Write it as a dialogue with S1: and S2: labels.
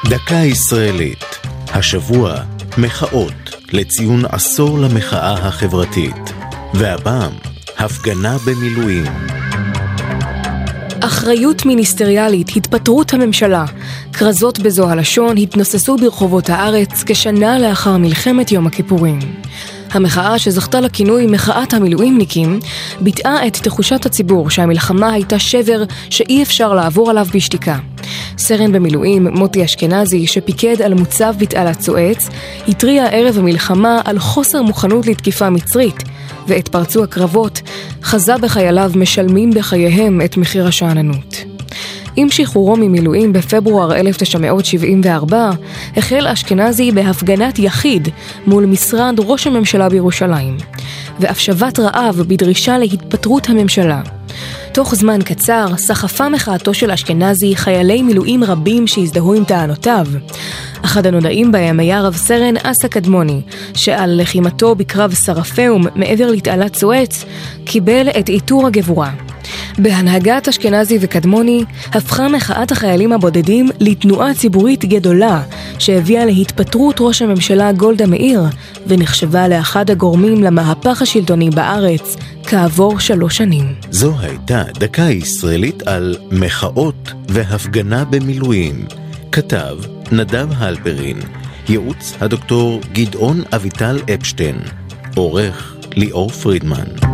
S1: דקה ישראלית. השבוע מחאות לציון עשור למחאה החברתית. והפעם הפגנה במילואים.
S2: אחריות מיניסטריאלית, התפטרות הממשלה. כרזות בזו הלשון התנוססו ברחובות הארץ כשנה לאחר מלחמת יום הכיפורים. המחאה שזכתה לכינוי מחאת המילואימניקים ביטאה את תחושת הציבור שהמלחמה הייתה שבר שאי אפשר לעבור עליו בשתיקה. סרן במילואים מוטי אשכנזי שפיקד על מוצב בתעלת סואץ התריע ערב המלחמה על חוסר מוכנות לתקיפה מצרית, ואת פרצו הקרבות חזה בחייליו משלמים בחייהם את מחיר השעננות. עם שחרורו ממילואים בפברואר 1974 החל אשכנזי בהפגנת יחיד מול משרד ראש הממשלה בירושלים, ואף שבת רעב בדרישה להתפטרות הממשלה. תוך זמן קצר סחפה מחאתו של אשכנזי חיילי מילואים רבים שהזדהו עם טענותיו. אחד הנודעים בהם היה רב סרן אסא קדמוני, שעל לחימתו בקרב שרפאום מעבר לתעלת סואץ קיבל את עיטור הגבורה. בהנהגת אשכנזי וקדמוני הפכה מחאת החיילים הבודדים לתנועה ציבורית גדולה שהביאה להתפטרות ראש הממשלה גולדה מאיר ונחשבה לאחד הגורמים למהפך השלטוני בארץ כעבור 3 שנים.
S1: זו הייתה דקה ישראלית על מחאות והפגנה במילואים. כתב נדב הלפרין, ייעוץ הדוקטור גדעון אביטל אפשטיין, עורך ליאור פרידמן.